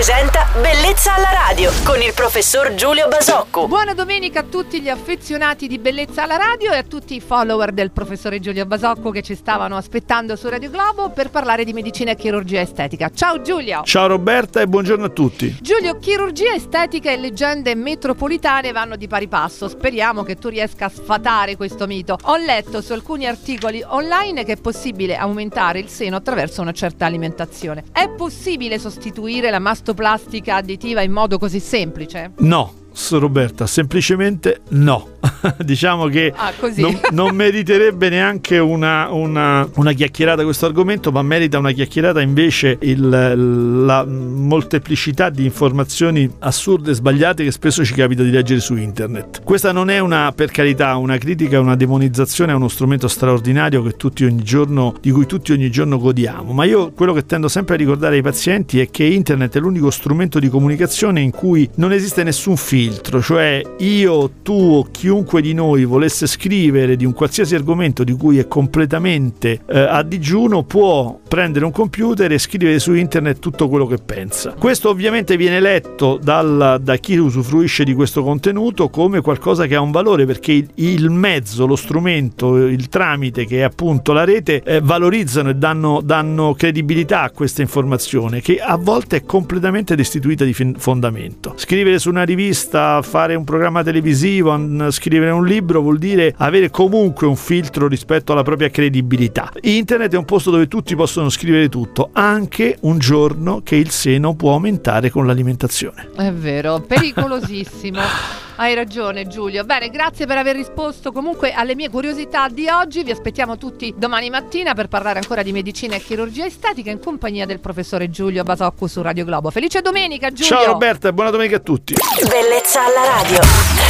presenta Bellezza alla radio con il professor Giulio Basocco. Buona domenica a tutti gli affezionati di Bellezza alla radio e a tutti i follower del professore Giulio Basocco che ci stavano aspettando su Radio Globo per parlare di medicina e chirurgia estetica. Ciao Giulio! Ciao Roberta e buongiorno a tutti. Giulio, chirurgia estetica e leggende metropolitane vanno di pari passo. Speriamo che tu riesca a sfatare questo mito. Ho letto su alcuni articoli online che è possibile aumentare il seno attraverso una certa alimentazione. È possibile sostituire la mastoplastica additiva in modo così semplice? No, Roberta, semplicemente no. Diciamo che non meriterebbe neanche una chiacchierata questo argomento, ma merita una chiacchierata invece la molteplicità di informazioni assurde e sbagliate che spesso ci capita di leggere su internet. Questa non è per carità una critica, una demonizzazione a uno strumento straordinario di cui tutti ogni giorno godiamo, ma io quello che tendo sempre a ricordare ai pazienti è che internet è l'unico strumento di comunicazione in cui non esiste nessun filtro, cioè io, tu o chiunque di noi volesse scrivere di un qualsiasi argomento di cui è completamente a digiuno può prendere un computer e scrivere su internet tutto quello che pensa. Questo ovviamente viene letto da chi usufruisce di questo contenuto come qualcosa che ha un valore, perché il mezzo, lo strumento, il tramite che è appunto la rete valorizzano e danno credibilità a questa informazione che a volte è completamente destituita di fondamento. Scrivere su una rivista, fare un programma televisivo, scrivere un libro vuol dire avere comunque un filtro rispetto alla propria credibilità. Internet è un posto dove tutti possono scrivere tutto, anche un giorno che il seno può aumentare con l'alimentazione. È vero, pericolosissimo. Hai ragione Giulio. Bene, grazie per aver risposto comunque alle mie curiosità di oggi. Vi aspettiamo tutti domani mattina per parlare ancora di medicina e chirurgia estetica in compagnia del professore Giulio Basocco su Radio Globo. Felice domenica Giulio! Ciao Roberta e buona domenica a tutti! Bellezza alla radio.